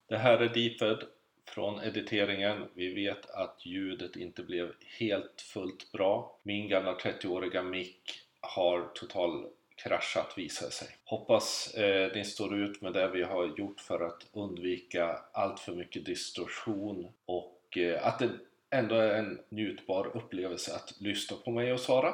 Det här är Deeped från editeringen. Vi vet att ljudet inte blev helt fullt bra. Min gamla 30-åriga mick har total kraschat visar sig. Hoppas ni står ut med det vi har gjort för att undvika allt för mycket distorsion och att det ändå är en njutbar upplevelse att lyssna på mig och Sara.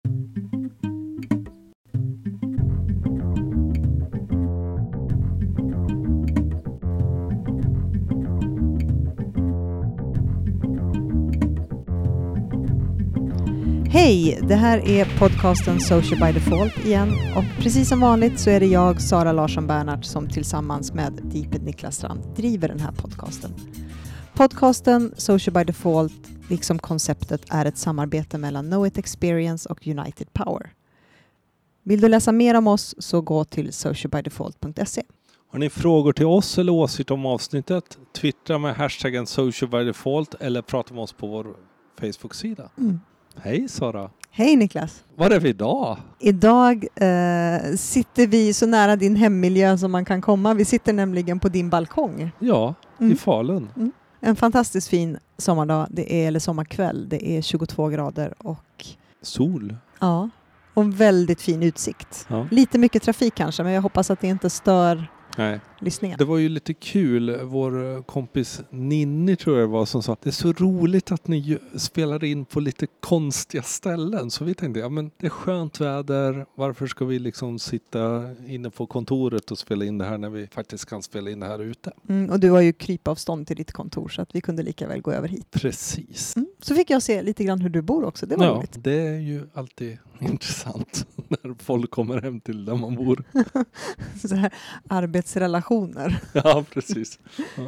Hej, det här är podcasten Social by Default igen och precis som vanligt så är det jag, Sara Larsson-Bernhardt, som tillsammans med Deeped Niklas Strand driver den här podcasten. Podcasten Social by Default, liksom konceptet, är ett samarbete mellan Know It Experience och United Power. Vill du läsa mer om oss så gå till socialbydefault.se. Har ni frågor till oss eller åsikter om avsnittet? Twittra med hashtaggen socialbydefault eller prata med oss på vår Facebook-sida. Hej Sara. Hej Niklas. Var är vi idag? Idag sitter vi så nära din hemmiljö som man kan komma. Vi sitter nämligen på din balkong. Ja, i Falun. En fantastiskt fin sommardag, eller sommarkväll. Det är 22 grader och sol. Ja, och en väldigt fin utsikt. Ja. Lite mycket trafik kanske, men jag hoppas att det inte stör lyssningen. Det var ju lite kul. Vår kompis Ninni tror jag var som sa att det är så roligt att ni spelar in på lite konstiga ställen. Så vi tänkte, ja men det är skönt väder. Varför ska vi liksom sitta inne på kontoret och spela in det här när vi faktiskt kan spela in det här ute? Och du har ju krypavstånd till ditt kontor så att vi kunde lika väl gå över hit. Precis. Så fick jag se lite grann hur du bor också. Det var roligt. Det är ju alltid intressant när folk kommer hem till där man bor. Så här arbetsrelationer. Ja, precis.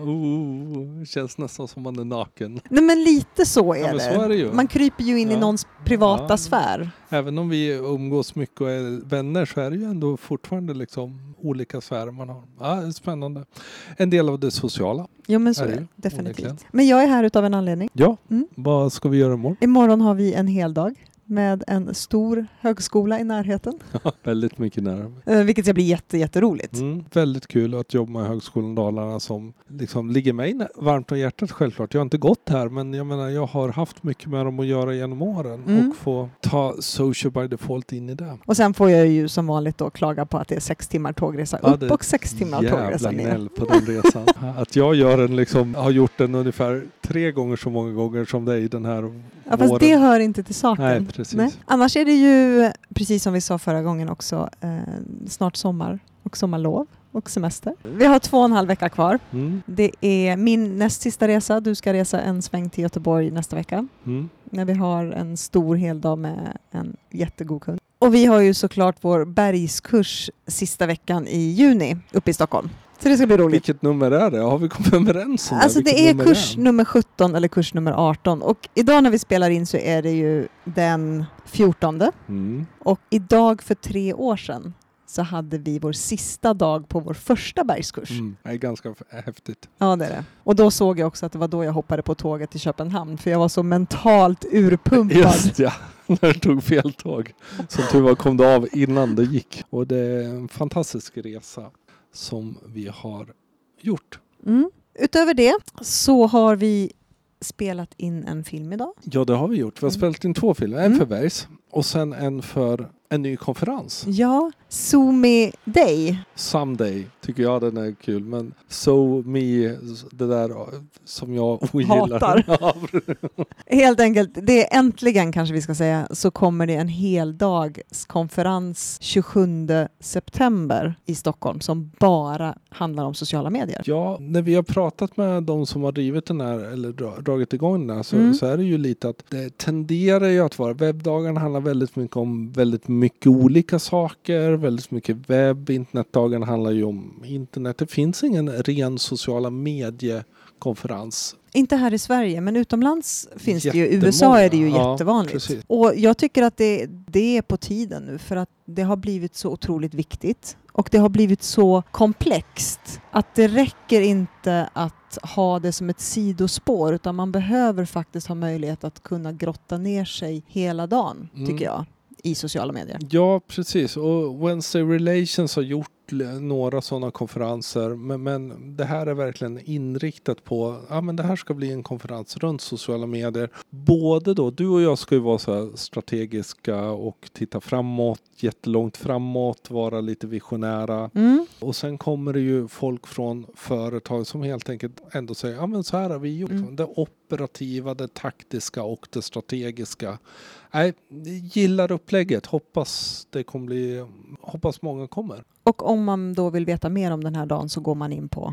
Känns nästan som man är naken. Nej, men lite så är det. Så är det ju. Man kryper ju in i någons privata sfär. Även om vi umgås mycket och är vänner så är det ju ändå fortfarande liksom olika sfärer man har. Ja, det är spännande. En del av det sociala. Jo, men så är det. Definitivt. Men jag är här utav en anledning. Ja, vad ska vi göra imorgon? Imorgon har vi en hel dag med en stor högskola i närheten. Ja, väldigt mycket nära. Vilket ska bli jätteroligt. Väldigt kul att jobba med Högskolan Dalarna som liksom ligger mig varmt om hjärtat självklart. Jag har inte gått här men jag menar jag har haft mycket med dem att göra genom åren och få ta Social by Default in i det. Och sen får jag ju som vanligt då klaga på att det är 6 timmar tågresa upp och 6 timmar tågresa ner. Jävla på den resan. Att jag gör den liksom, har gjort den ungefär 3 gånger så många gånger som det är i den här våren. Fast det hör inte till saken. Nej, precis. Nej. Annars är det ju, precis som vi sa förra gången också, snart sommar och sommarlov och semester. Vi har 2,5 vecka kvar. Det är min näst sista resa. Du ska resa en sväng till Göteborg nästa vecka. När vi har en stor heldag med en jättegod kund. Och vi har ju såklart vår bergskurs sista veckan i juni uppe i Stockholm. Så det ska bli roligt. Vilket nummer är det? Har vi kommit överens om det? Alltså det är kurs nummer 17 eller kurs nummer 18. Och idag när vi spelar in så är det ju den 14. Och idag för 3 år sedan så hade vi vår sista dag på vår första bergskurs. Det är ganska häftigt. Ja, det är det. Och då såg jag också att det var då jag hoppade på tåget till Köpenhamn. För jag var så mentalt urpumpad. Just ja, när du tog fel tåg. Som tur var kom det av innan det gick. Och det är en fantastisk resa som vi har gjort. Utöver det så har vi spelat in en film idag. Ja, det har vi gjort. Vi har spelat in 2 filmer. En för Bergs och sen en för en ny konferens. Ja, SoMe Day. Someday tycker jag den är kul. Men SoMe, det där som jag ogillar. Hatar. Helt enkelt, det är äntligen kanske vi ska säga, så kommer det en hel dags konferens 27 september i Stockholm som bara handlar om sociala medier. Ja, när vi har pratat med de som har drivit den här eller dragit igång den här så är det ju lite att det tenderar ju att vara, webbdagarna handlar väldigt mycket om väldigt mycket olika saker, väldigt mycket webb, internetdagarna handlar ju om internet. Det finns ingen ren sociala mediekonferens. Inte här i Sverige, men utomlands finns det ju. I USA är det ju jättevanligt. Precis. Och jag tycker att det är på tiden nu för att det har blivit så otroligt viktigt. Och det har blivit så komplext att det räcker inte att ha det som ett sidospår utan man behöver faktiskt ha möjlighet att kunna grotta ner sig hela dagen, tycker jag, i sociala medier. Ja, precis. Och Wednesday Relations har gjort några sådana konferenser. Men det här är verkligen inriktat på, men det här ska bli en konferens runt sociala medier. Både då, du och jag ska ju vara så här strategiska och titta framåt, jättelångt framåt, vara lite visionära. Och sen kommer det ju folk från företag som helt enkelt ändå säger, men så här har vi gjort. Det operativa, det taktiska och det strategiska. Nej, gillar upplägget. Hoppas många kommer. Och om man då vill veta mer om den här dagen så går man in på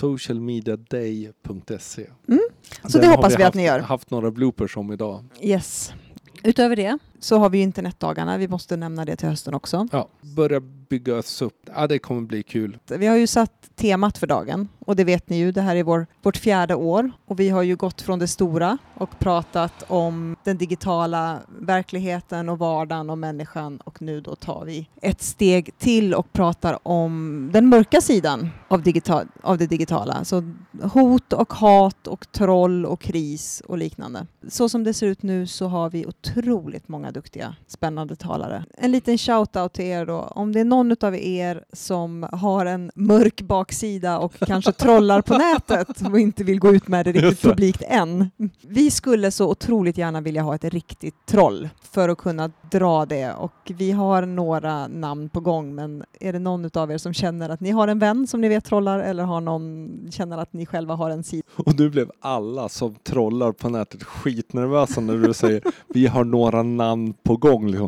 socialmediaday.se. Så det hoppas vi att ni gör. Haft några bloopers om idag. Yes. Utöver det så har vi ju internetdagarna. Vi måste nämna det till hösten också. Ja, börja byggas upp. Ja, det kommer bli kul. Vi har ju satt temat för dagen och det vet ni ju. Det här är vårt 4:e år och vi har ju gått från det stora och pratat om den digitala verkligheten och vardagen och människan och nu då tar vi ett steg till och pratar om den mörka sidan av det digitala. Så hot och hat och troll och kris och liknande. Så som det ser ut nu så har vi otroligt många duktiga, spännande talare. En liten shout-out till er då. Om det är någon av er som har en mörk baksida och kanske trollar på nätet och inte vill gå ut med det riktigt publikt än. Vi skulle så otroligt gärna vilja ha ett riktigt troll för att kunna dra det. Och vi har några namn på gång, men är det någon av er som känner att ni har en vän som ni vet trollar eller har någon känner att ni själva har en sida? Och nu blev alla som trollar på nätet skitnervösa när du säger vi har några namn på gång. Liksom.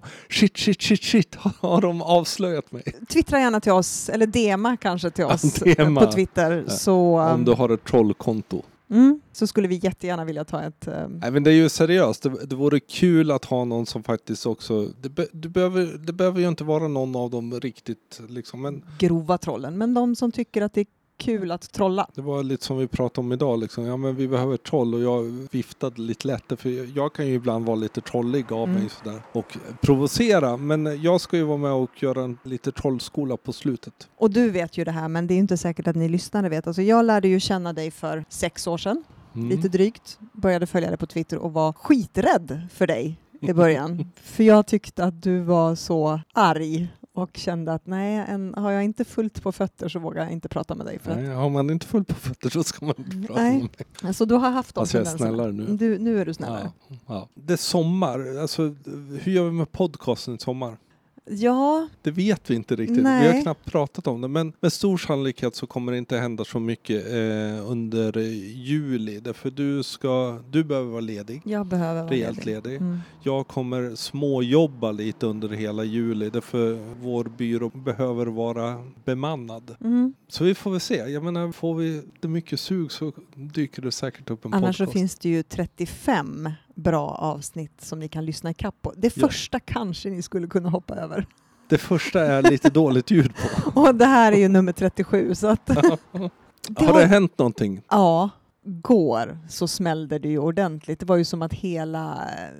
Shit, har de avslöjat mig? Twittra gärna till oss, eller DMa kanske till oss på Twitter. Så, om du har ett trollkonto. Så skulle vi jättegärna vilja ta ett... Nej, men det är ju seriöst. Det vore kul att ha någon som faktiskt också... Det behöver ju inte vara någon av dem riktigt... Liksom, men grova trollen, men de som tycker att det är kul att trolla. Det var lite som vi pratade om idag. Liksom. Ja, men vi behöver troll och jag viftade lite lätt. För jag kan ju ibland vara lite trollig av mig sådär, och provocera. Men jag ska ju vara med och göra en lite trollskola på slutet. Och du vet ju det här, men det är inte säkert att ni lyssnare vet. Alltså jag lärde ju känna dig för 6 år sedan. Lite drygt. Började följa dig på Twitter och var skiträdd för dig i början. För jag tyckte att du var så arg. Och kände att har jag inte fullt på fötter så vågar jag inte prata med dig. Har man inte fullt på fötter så ska man inte prata med mig. Alltså du har haft jag är snällare nu. Nu är du snällare. Ja. Det är sommar. Alltså, hur gör vi med podcasten i sommar? Ja. Det vet vi inte riktigt. Nej. Vi har knappt pratat om det. Men med stor sannolikhet så kommer det inte hända så mycket under juli. Därför du behöver vara ledig. Jag behöver vara rejält ledig. Jag kommer småjobba lite under hela juli. Därför vår byrå behöver vara bemannad. Så vi får väl se. Jag menar, får vi det mycket sug så dyker det säkert upp en podcast. Annars så finns det ju 35 bra avsnitt som ni kan lyssna ikapp på. Det första kanske ni skulle kunna hoppa över. Det första är lite dåligt ljud på. Och det här är ju nummer 37. Så att har det hänt någonting? Ja. Går så smällde det ju ordentligt. Det var ju som att hela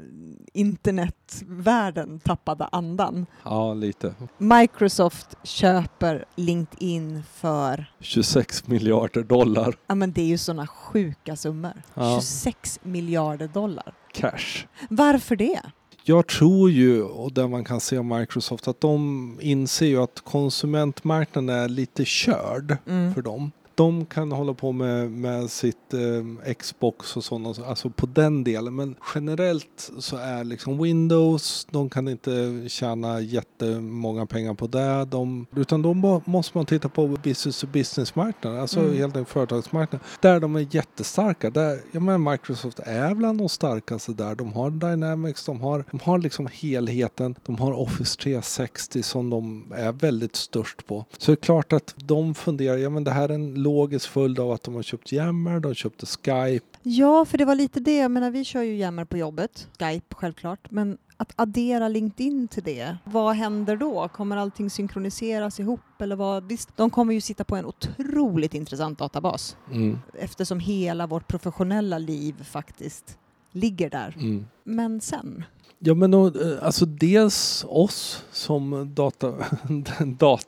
internetvärlden tappade andan. Ja, lite. Microsoft köper LinkedIn för 26 miljarder dollar. Ja, men det är ju såna sjuka summor. 26 miljarder dollar. Cash. Varför det? Jag tror ju, och där man kan se Microsoft, att de inser ju att konsumentmarknaden är lite körd för dem. De kan hålla på med sitt Xbox och sådana, alltså på den delen. Men generellt så är liksom Windows, de kan inte tjäna jättemånga pengar på det. Utan då måste man titta på business-to-business-marknaden, alltså helt enkelt företagsmarknaden. Där de är jättestarka. Microsoft är bland de starkaste där. De har Dynamics, de har liksom helheten. De har Office 360 som de är väldigt störst på. Så det är klart att de funderar, det här är en logisk följd av att de har köpt Yammer, de köpte Skype. Ja, för det var lite det. Jag menar, vi kör ju Yammer på jobbet. Skype självklart. Men att addera LinkedIn till det, vad händer då? Kommer allting synkroniseras ihop? Eller vad? Visst, de kommer ju sitta på en otroligt intressant databas. Eftersom hela vårt professionella liv faktiskt ligger där. Men sen... Ja, men alltså dels oss som data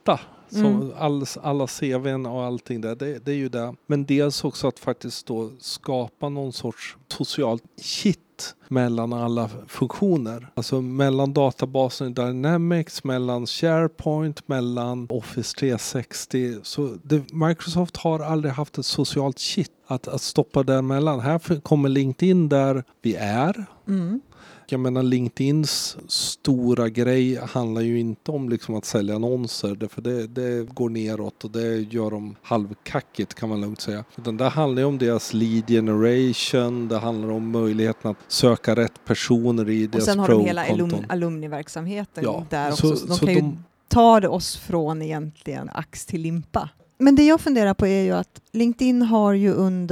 Så alla CV:n och allting där, det är ju det. Men dels också att faktiskt då skapa någon sorts socialt kitt mellan alla funktioner. Alltså mellan databasen i Dynamics, mellan SharePoint, mellan Office 360. Så Microsoft har aldrig haft ett socialt kitt att stoppa däremellan. Här kommer LinkedIn där vi är. Jag menar, LinkedIns stora grej handlar ju inte om liksom att sälja annonser, för det går neråt och det gör de halvkackigt, kan man lugnt säga. Utan det handlar ju om deras lead generation, det handlar om möjligheten att söka rätt personer i deras pro-konton. Och sen har de hela alumni-verksamheten där också. Så de kan ju ta det oss från egentligen ax till limpa. Men det jag funderar på är ju att LinkedIn har ju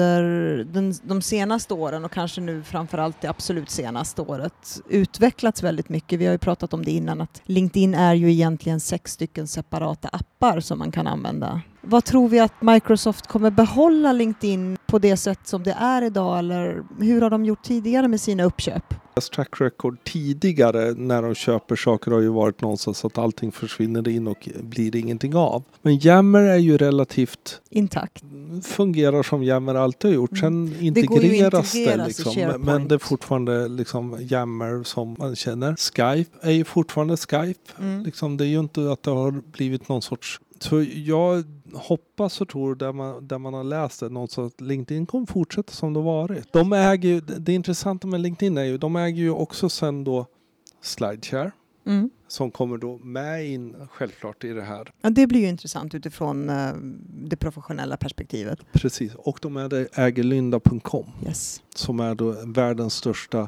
under de senaste åren och kanske nu framförallt det absolut senaste året utvecklats väldigt mycket. Vi har ju pratat om det innan, att LinkedIn är ju egentligen 6 stycken separata appar som man kan använda. Vad tror vi att Microsoft kommer behålla LinkedIn på det sätt som det är idag, eller hur har de gjort tidigare med sina uppköp? Deras track record tidigare när de köper saker har ju varit någonstans att allting försvinner in och blir ingenting av. Men Yammer är ju relativt intakt. Fungerar som Yammer alltid har gjort. Sen integreras det liksom. Men det är fortfarande liksom Yammer som man känner. Skype är ju fortfarande Skype. Liksom, det är ju inte att det har blivit någon sorts... Så jag hoppas och tror där man har läst det någonstans att LinkedIn kommer fortsätta som det varit. De äger ju, det intressanta med LinkedIn är ju, de äger ju också sen då SlideShare. Som kommer då med in självklart i det här. Ja, det blir ju intressant utifrån det professionella perspektivet. Precis, och de äger lynda.com. Yes. Som är då världens största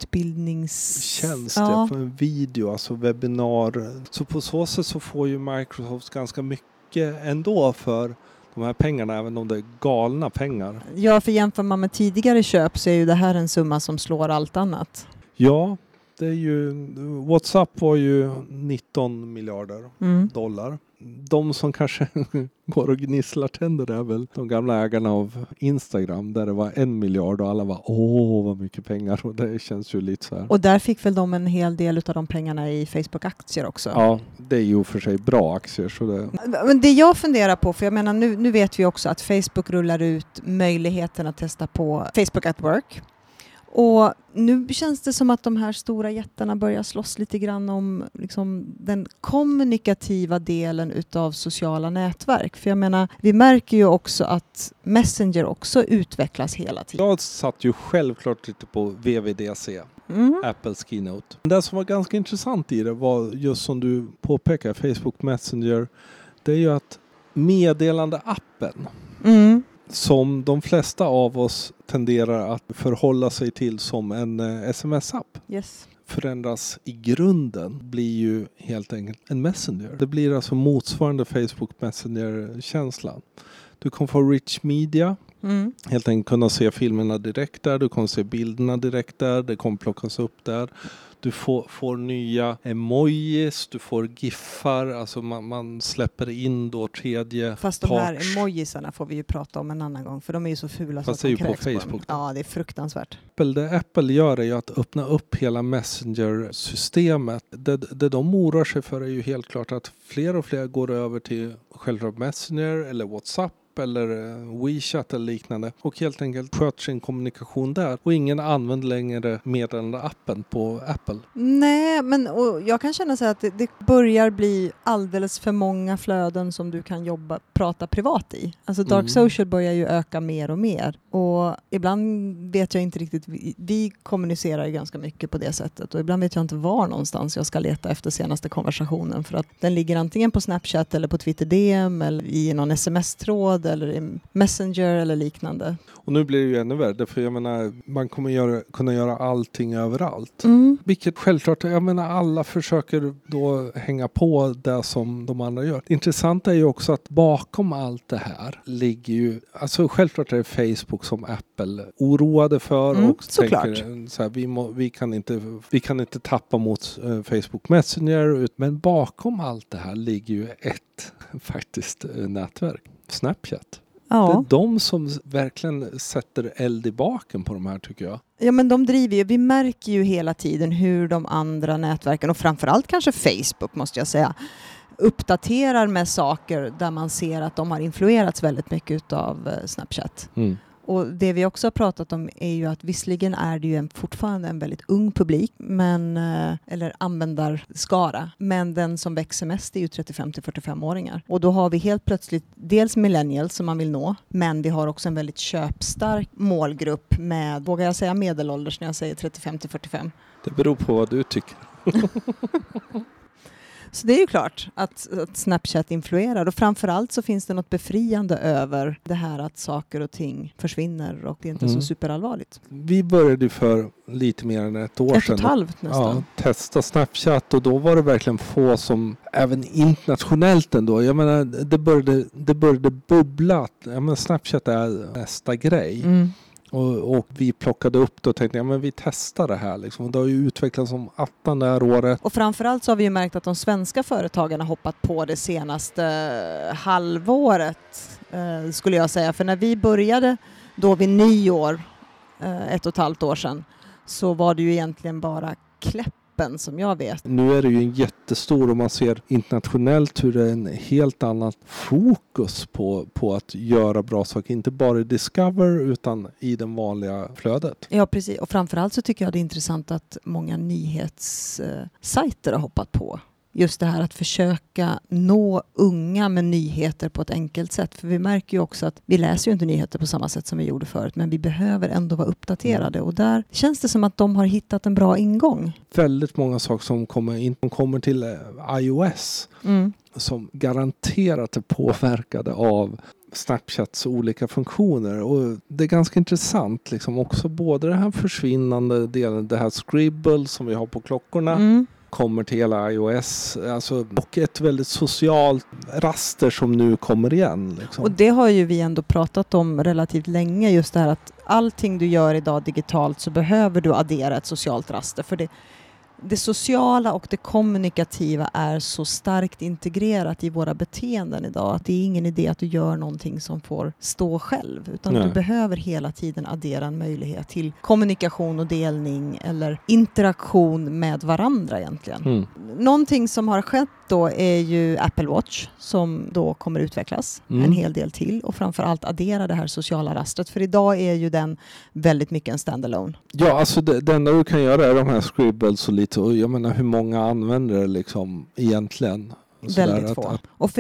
utbildningstjänst för en video, alltså webbinar. Så på så sätt så får ju Microsoft ganska mycket ändå för de här pengarna, även om det är galna pengar. Ja, för jämför man med tidigare köp så är ju det här en summa som slår allt annat. Ja, det är ju, WhatsApp var ju 19 miljarder dollar. De som kanske går och gnisslar tänder är väl de gamla ägarna av Instagram, där det var 1 miljard och alla var vad mycket pengar, och det känns ju lite så här. Och där fick väl de en hel del av de pengarna i Facebook-aktier också? Ja, det är ju för sig bra aktier. Så det... Men det jag funderar på, för jag menar nu vet vi också att Facebook rullar ut möjligheten att testa på Facebook at Work. Och nu känns det som att de här stora jättarna börjar slåss lite grann om liksom den kommunikativa delen utav sociala nätverk. För jag menar, vi märker ju också att Messenger också utvecklas hela tiden. Jag satt ju självklart lite på WWDC, Apples keynote. Det som var ganska intressant i det var just som du påpekar, Facebook Messenger, det är ju att meddelande-appen som de flesta av oss tenderar att förhålla sig till som en sms-app. Yes. Förändras i grunden, blir ju helt enkelt en Messenger. Det blir alltså motsvarande Facebook Messenger-känslan. Du kommer få rich media. Helt enkelt kunna se filmerna direkt där. Du kommer se bilderna direkt där. Det kommer plockas upp där. Du får nya emojis, du får giffar, alltså man släpper in då tredje Fast de här emojisarna får vi ju prata om en annan gång, för de är ju så fula. Fast så det är att ju på Facebook. Ja, det är fruktansvärt. Det Apple gör är ju att öppna upp hela Messenger-systemet. Det de oroar sig för är ju helt klart att fler och fler går över till självklart Messenger eller WhatsApp eller WeChat eller liknande och helt enkelt sköter sin kommunikation där, och ingen använder längre meddelande-appen på Apple. Nej, men och jag kan känna så att det börjar bli alldeles för många flöden som du kan prata privat i. Alltså dark social börjar ju öka mer och mer, och ibland vet jag inte riktigt, vi kommunicerar ju ganska mycket på det sättet, och ibland vet jag inte var någonstans jag ska leta efter senaste konversationen, för att den ligger antingen på Snapchat eller på Twitter DM eller i någon sms-tråd eller i Messenger eller liknande. Och nu blir det ju ännu värre, för jag menar, man kommer kunna göra allting överallt. Vilket självklart, jag menar, alla försöker då hänga på det som de andra gör. Det intressanta är ju också att bakom allt det här ligger ju, alltså självklart är det Facebook som Apple oroade för och tänker så här, vi kan inte tappa mot Facebook Messenger, men bakom allt det här ligger ju ett faktiskt nätverk. Snapchat. Ja. Det är de som verkligen sätter eld i baken på de här, tycker jag. Ja, men de driver ju, vi märker ju hela tiden hur de andra nätverken, och framförallt kanske Facebook måste jag säga, uppdaterar med saker där man ser att de har influerats väldigt mycket av Snapchat. Och det vi också har pratat om är ju att visserligen är det ju fortfarande en väldigt ung publik, eller användarskara, men den som växer mest är ju 35-45-åringar. Och då har vi helt plötsligt dels millennials som man vill nå, men vi har också en väldigt köpstark målgrupp med, vågar jag säga medelålders när jag säger 35-45? Det beror på vad du tycker. Så det är ju klart att Snapchat influerar, och framförallt så finns det något befriande över det här att saker och ting försvinner och det är inte så superallvarligt. Vi började för lite mer än ett år sedan. 1,5 nästan. Testa Snapchat, och då var det verkligen få som, även internationellt ändå, jag menar det började bubbla. Jag menar, Snapchat är nästa grej. Och vi plockade upp det och tänkte, men vi testar det här liksom. Det har ju utvecklats som 18 det här året. Och framförallt så har vi ju märkt att de svenska företagen har hoppat på det senaste halvåret, skulle jag säga. För när vi började då vid nyår, 1,5 år sedan, så var det ju egentligen bara Kläppen som jag vet. Nu är det ju en jättestor, och man ser internationellt hur det är en helt annan fokus på att göra bra saker. Inte bara i Discover utan i den vanliga flödet. Ja, precis. Och framförallt så tycker jag det är intressant att många nyhetssajter har hoppat på. Just det här att försöka nå unga med nyheter på ett enkelt sätt. För vi märker ju också att vi läser ju inte nyheter på samma sätt som vi gjorde förut. Men vi behöver ändå vara uppdaterade. Och där känns det som att de har hittat en bra ingång. Väldigt många saker som kommer till iOS. Som garanterat är påverkade av Snapchats olika funktioner. Och det är ganska intressant liksom också. Både den här försvinnande delen, det här scribble som vi har på klockorna. Kommer till hela iOS, alltså, och ett väldigt socialt raster som nu kommer igen. Liksom. Och det har ju vi ändå pratat om relativt länge, just det här att allting du gör idag digitalt så behöver du addera ett socialt raster. För det sociala och det kommunikativa är så starkt integrerat i våra beteenden idag att det är ingen idé att du gör någonting som får stå själv, utan du behöver hela tiden addera en möjlighet till kommunikation och delning eller interaktion med varandra egentligen. Någonting som har skett då är ju Apple Watch som då kommer utvecklas en hel del till, och framförallt addera det här sociala rastret, för idag är ju den väldigt mycket en standalone. Ja, alltså det enda du kan göra är de här scribbles och lite, och jag menar hur många använder det liksom egentligen? Väldigt få. Och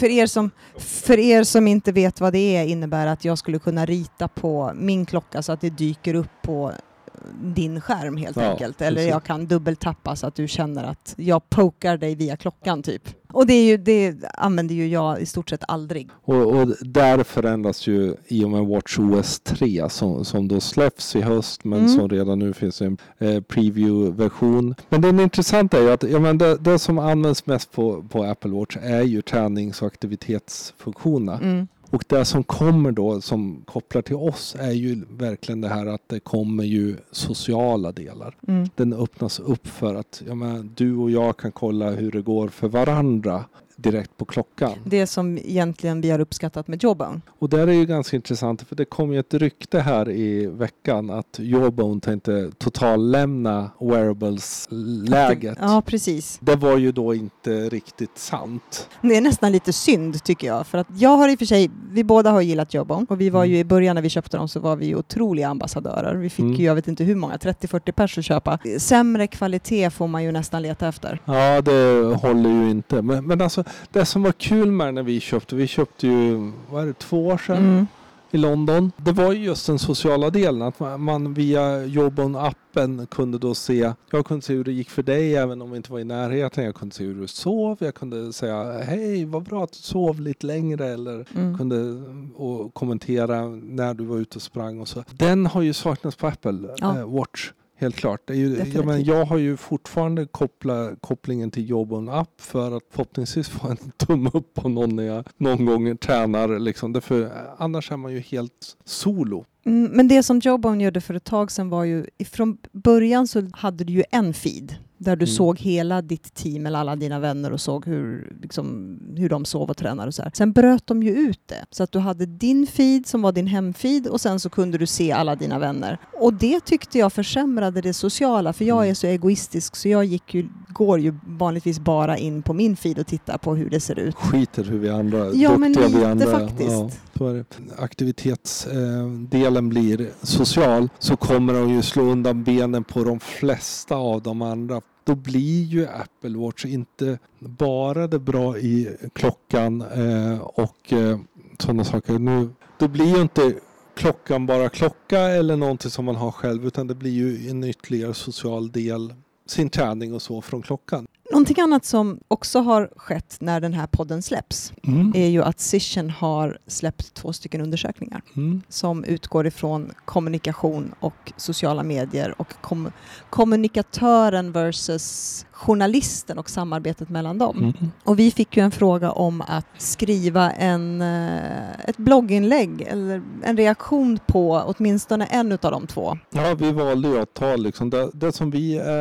för er som inte vet vad det är, innebär att jag skulle kunna rita på min klocka så att det dyker upp på din skärm helt enkelt. Eller jag kan dubbeltappa så att du känner att jag pokar dig via klockan typ. Och det använder ju jag i stort sett aldrig. Och där förändras ju i och med WatchOS 3 som då släpps i höst, men som redan nu finns en preview-version. Men det intressanta är ju att det som används mest på Apple Watch är ju tränings- och aktivitetsfunktionerna. Och det som kommer då, som kopplar till oss, är ju verkligen det här att det kommer ju sociala delar. Den öppnas upp för att du och jag kan kolla hur det går för varandra direkt på klockan. Det som egentligen vi har uppskattat med Jawbone. Och där är ju ganska intressant, för det kom ju ett rykte här i veckan att Jawbone tänkte totallämna wearables-läget. Ja, precis. Det var ju då inte riktigt sant. Det är nästan lite synd tycker jag, för att jag har i och för sig, vi båda har gillat Jawbone, och vi var ju i början när vi köpte dem så var vi ju otroliga ambassadörer. Vi fick ju, jag vet inte hur många, 30-40 pers att köpa. Sämre kvalitet får man ju nästan leta efter. Ja, det håller ju inte. Men alltså, det som var kul med när vi köpte ju, 2 år sedan i London. Det var ju just den sociala delen, att man via Jawbone-appen kunde då se, jag kunde se hur det gick för dig även om vi inte var i närheten. Jag kunde se hur du sov, jag kunde säga hej, vad bra att du sov lite längre, eller kunde och kommentera när du var ute och sprang och så. Den har ju saknats på Apple Watch. Helt klart. Det är ju, jag har ju fortfarande kopplingen till Jawbone-app för att förhoppningsvis få en tumme upp på någon när jag någon gång tränar. Liksom. Därför, annars är man ju helt solo. Men det som Jawbone gjorde för ett tag sedan var ju, från början så hade du ju en feed där du såg hela ditt team eller alla dina vänner och såg hur de sov och tränade och så här. Sen bröt de ju ut det. Så att du hade din feed som var din hemfeed, och sen så kunde du se alla dina vänner. Och det tyckte jag försämrade det sociala, för jag är så egoistisk så jag gick ju går ju vanligtvis bara in på min feed och tittar på hur det ser ut. Skiter hur vi andra, ja, men lite vi andra. Faktiskt. Ja, så är det. Aktivitetsdelen blir social, så kommer de ju slå undan benen på de flesta av de andra. Då blir ju Apple Watch inte bara det bra i klockan och sådana saker. Då blir ju inte klockan bara klocka eller någonting som man har själv, utan det blir ju en ytterligare social del, sin träning och så från klockan. Någonting annat som också har skett när den här podden släpps är ju att Cision har släppt 2 stycken undersökningar som utgår ifrån kommunikation och sociala medier och kommunikatören versus journalisten och samarbetet mellan dem. Och vi fick ju en fråga om att skriva ett blogginlägg eller en reaktion på åtminstone en av de 2. Ja, vi valde ju att ta liksom det som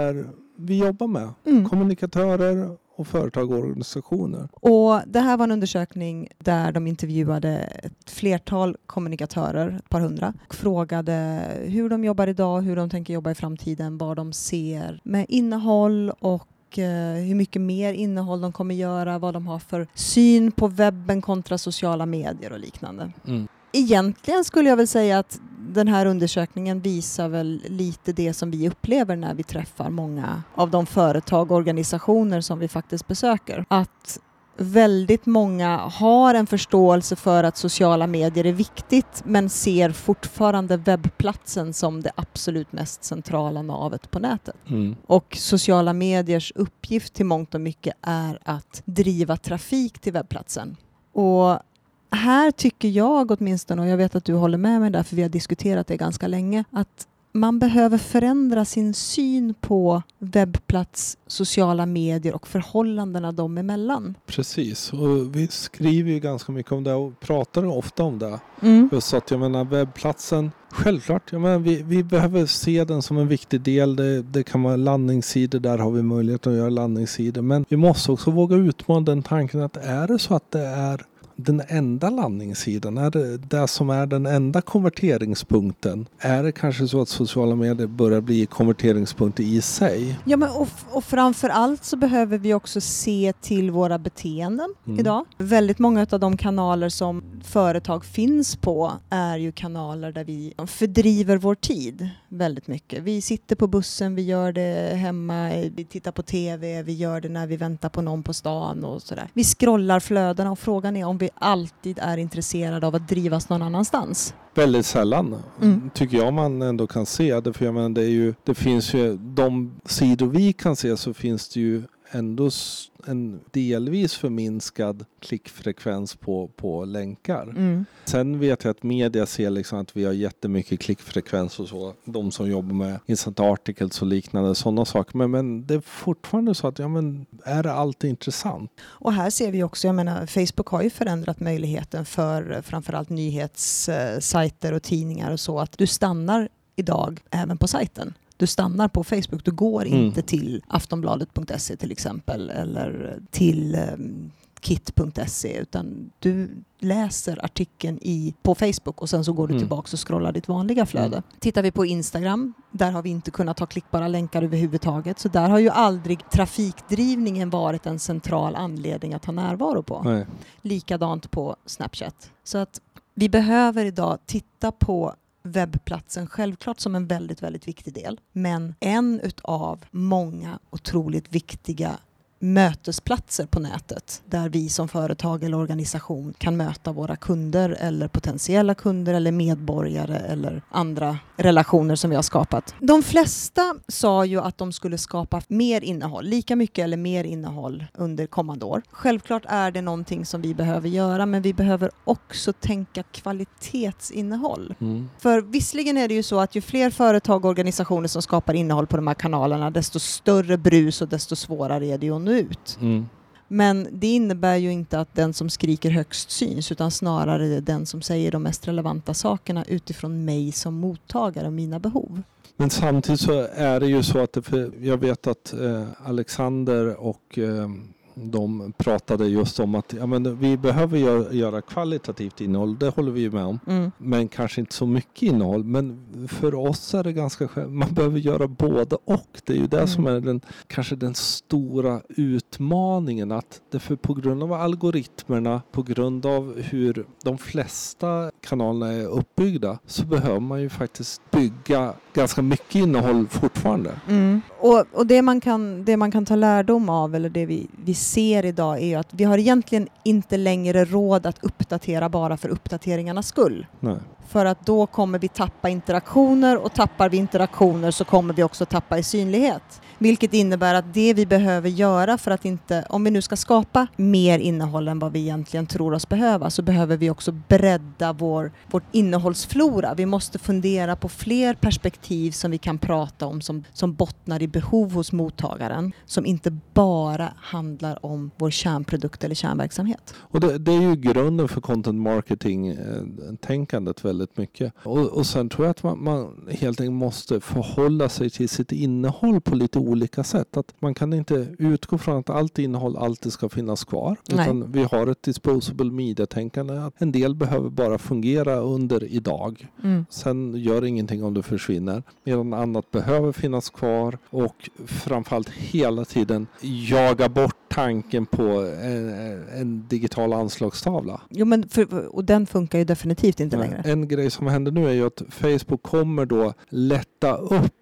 vi jobbar med. Kommunikatörer och företag och organisationer. Och det här var en undersökning där de intervjuade ett flertal kommunikatörer, ett par hundra, och frågade hur de jobbar idag, hur de tänker jobba i framtiden, vad de ser med innehåll och hur mycket mer innehåll de kommer göra, vad de har för syn på webben kontra sociala medier och liknande. Egentligen skulle jag väl säga att den här undersökningen visar väl lite det som vi upplever när vi träffar många av de företag och organisationer som vi faktiskt besöker. Att väldigt många har en förståelse för att sociala medier är viktigt, men ser fortfarande webbplatsen som det absolut mest centrala navet på nätet. Och sociala mediers uppgift till mångt och mycket är att driva trafik till webbplatsen. Och här tycker jag åtminstone, och jag vet att du håller med mig där för vi har diskuterat det ganska länge, att man behöver förändra sin syn på webbplats, sociala medier och förhållandena dem emellan. Precis, och vi skriver ju ganska mycket om det och pratar ofta om det. Just att jag menar webbplatsen, självklart, jag menar, vi behöver se den som en viktig del. Det kan vara landningssidor, där har vi möjlighet att göra landningssidor. Men vi måste också våga utmana den tanken att är det så att det är den enda landningssidan, är det som är den enda konverteringspunkten, är det kanske så att sociala medier börjar bli konverteringspunkter i sig? Ja, men och framförallt så behöver vi också se till våra beteenden idag. Väldigt många av de kanaler som företag finns på är ju kanaler där vi fördriver vår tid väldigt mycket. Vi sitter på bussen, vi gör det hemma, vi tittar på tv, vi gör det när vi väntar på någon på stan och sådär. Vi scrollar flödena och frågan är om vi alltid är intresserade av att drivas någon annanstans. Väldigt sällan tycker jag man ändå kan se det, för jag menar, det finns ju de sidor vi kan se, så finns det ju ändå en delvis förminskad klickfrekvens på länkar. Sen vet jag att media ser liksom att vi har jättemycket klickfrekvens och så. De som jobbar med instant articles och liknande sådana saker. Men det är fortfarande så att är det alltid intressant? Och här ser vi också, jag menar, Facebook har ju förändrat möjligheten för framförallt nyhetssajter och tidningar och så, att du stannar idag även på sajten. Du stannar på Facebook, du går inte till aftonbladet.se till exempel eller till kit.se, utan du läser artikeln på Facebook och sen så går du tillbaka och scrollar ditt vanliga flöde. Tittar vi på Instagram, där har vi inte kunnat ha klickbara länkar överhuvudtaget, så där har ju aldrig trafikdrivningen varit en central anledning att ha närvaro på. Nej. Likadant på Snapchat. Så att vi behöver idag titta på webbplatsen självklart som en väldigt, väldigt viktig del. Men en utav många otroligt viktiga mötesplatser på nätet där vi som företag eller organisation kan möta våra kunder eller potentiella kunder eller medborgare eller andra relationer som vi har skapat. De flesta sa ju att de skulle skapa mer innehåll, lika mycket eller mer innehåll under kommande år. Självklart är det någonting som vi behöver göra, men vi behöver också tänka kvalitetsinnehåll. För visserligen är det ju så att ju fler företag och organisationer som skapar innehåll på de här kanalerna, desto större brus och desto svårare är det ju att nå ut. Men det innebär ju inte att den som skriker högst syns, utan snarare den som säger de mest relevanta sakerna utifrån mig som mottagare och mina behov. Men samtidigt så är det ju så att jag vet att Alexander och de pratade just om att vi behöver göra kvalitativt innehåll, det håller vi ju med om. Men kanske inte så mycket innehåll. Men för oss är det ganska man behöver göra både och. Det är ju det som är kanske den stora utmaningen, att det på grund av algoritmerna, på grund av hur de flesta kanalerna är uppbyggda, så behöver man ju faktiskt bygga ganska mycket innehåll fortfarande. Och det man kan ta lärdom av, eller det vi ser idag, är ju att vi har egentligen inte längre råd att uppdatera bara för uppdateringarnas skull. Nej. För att då kommer vi tappa interaktioner, och tappar vi interaktioner så kommer vi också tappa i synlighet. Vilket innebär att det vi behöver göra för att inte, om vi nu ska skapa mer innehåll än vad vi egentligen tror oss behöva, så behöver vi också bredda vårt innehållsflora. Vi måste fundera på fler perspektiv som vi kan prata om, som bottnar i behov hos mottagaren, som inte bara handlar om vår kärnprodukt eller kärnverksamhet. Och det är ju grunden för content marketing-tänkandet väldigt mycket. Och sen tror jag att man helt enkelt måste förhålla sig till sitt innehåll på lite olika sätt. Att man kan inte utgå från att allt innehåll alltid ska finnas kvar. Nej. Utan vi har ett disposable media-tänkande. Att en del behöver bara fungera under idag. Sen gör ingenting om det försvinner. Medan annat behöver finnas kvar. Och framförallt hela tiden jaga bort tanken på en digital anslagstavla. Jo, men och den funkar ju definitivt inte längre. En grej som händer nu är ju att Facebook kommer då lätta upp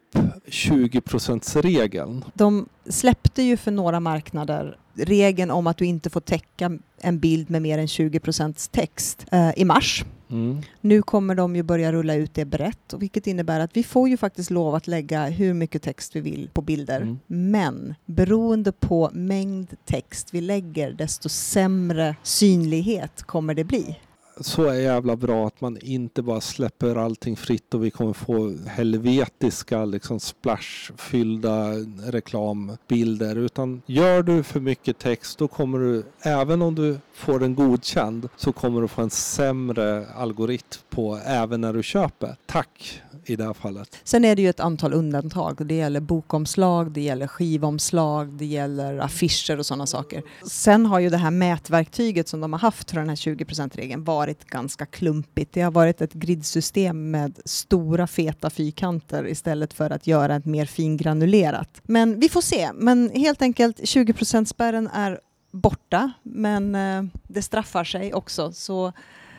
20%-regeln. De släppte ju för några marknader regeln om att du inte får täcka en bild med mer än 20% text i mars. Nu kommer de ju börja rulla ut det brett, vilket innebär att vi får ju faktiskt lov att lägga hur mycket text vi vill på bilder. Men beroende på mängd text vi lägger, desto sämre synlighet kommer det bli. Så är jävla bra att man inte bara släpper allting fritt och vi kommer få helvetiska liksom splashfyllda reklambilder, utan gör du för mycket text, då kommer du, även om du får den godkänd, så kommer du få en sämre algoritm på även när du köper. Tack i det här fallet. Sen är det ju ett antal undantag. Det gäller bokomslag, det gäller skivomslag, det gäller affischer och sådana saker. Sen har ju det här mätverktyget som de har haft för den här 20%-regeln varit ganska klumpigt. Det har varit ett gridsystem med stora feta fyrkanter istället för att göra ett mer fingranulerat. Men vi får se. Men helt enkelt 20%-spärren är borta, men det straffar sig också. Så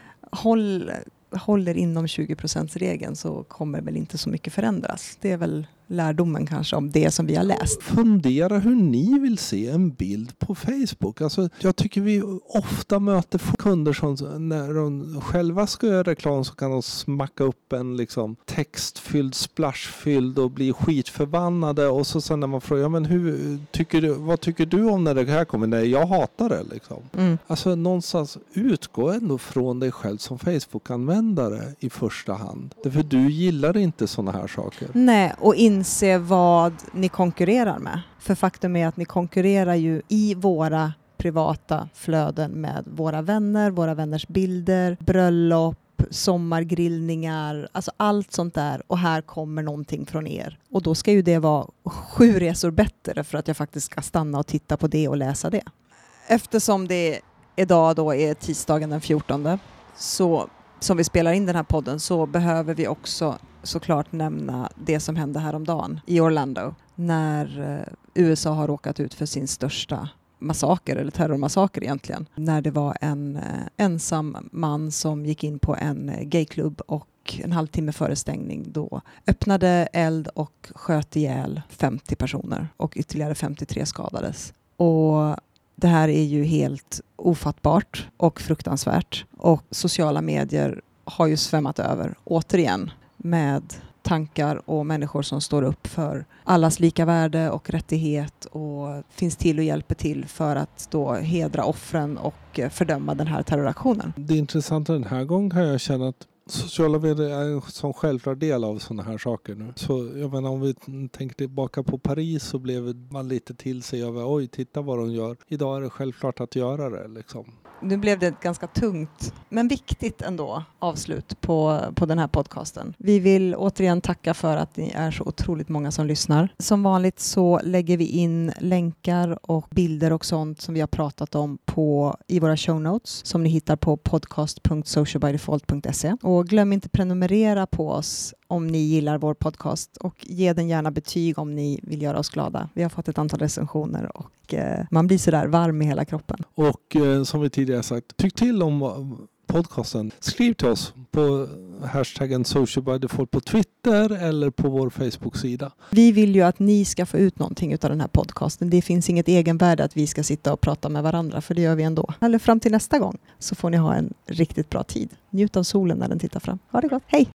håller inom 20%-regeln så kommer väl inte så mycket förändras. Det är väl lärdomen kanske om det som vi har läst. Fundera hur ni vill se en bild på Facebook. Alltså, jag tycker vi ofta möter kunder som när de själva ska göra reklam så kan de smacka upp en liksom textfylld, splashfylld och bli skitförbannade, och så sen när man frågar, men vad tycker du om när det här kommer? Nej, jag hatar det liksom. Alltså någonstans utgå ändå från dig själv som Facebook-användare i första hand. Därför du gillar inte såna här saker. Nej, och inse vad ni konkurrerar med. För faktum är att ni konkurrerar ju i våra privata flöden med våra vänners bilder, bröllop, sommargrillningar, alltså allt sånt där, och här kommer någonting från er. Och då ska ju det vara 7 resor bättre för att jag faktiskt ska stanna och titta på det och läsa det. Eftersom det idag då är tisdagen den 14, så som vi spelar in den här podden, så behöver vi också såklart nämna det som hände häromdagen i Orlando, när USA har råkat ut för sin största massaker, eller terrormassaker egentligen. När det var en ensam man som gick in på en gayklubb och en halvtimme före stängning då öppnade eld och sköt ihjäl 50 personer och ytterligare 53 skadades. Och det här är ju helt ofattbart och fruktansvärt, och sociala medier har ju svämmat över återigen med tankar och människor som står upp för allas lika värde och rättighet och finns till och hjälper till för att då hedra offren och fördöma den här terroraktionen. Det är intressant, den här gången kan jag känna att sociala medier är en sån självklar del av sådana här saker nu. Så jag menar, om vi tänker tillbaka på Paris så blev man lite till sig över, oj, titta vad de gör. Idag är det självklart att göra det liksom. Nu blev det ett ganska tungt, men viktigt ändå, avslut på den här podcasten. Vi vill återigen tacka för att ni är så otroligt många som lyssnar. Som vanligt så lägger vi in länkar och bilder och sånt som vi har pratat om i våra show notes som ni hittar på podcast.socialbydefault.se. Och glöm inte prenumerera på oss om ni gillar vår podcast och ge den gärna betyg om ni vill göra oss glada. Vi har fått ett antal recensioner och man blir sådär varm i hela kroppen. Och som vi tidigare sagt, tyck till om podcasten. Skriv till oss på hashtaggen socialbydefault på Twitter eller på vår Facebook-sida. Vi vill ju att ni ska få ut någonting av den här podcasten. Det finns inget egenvärde att vi ska sitta och prata med varandra, för det gör vi ändå. Eller fram till nästa gång så får ni ha en riktigt bra tid. Njut av solen när den tittar fram. Ha det gott. Hej!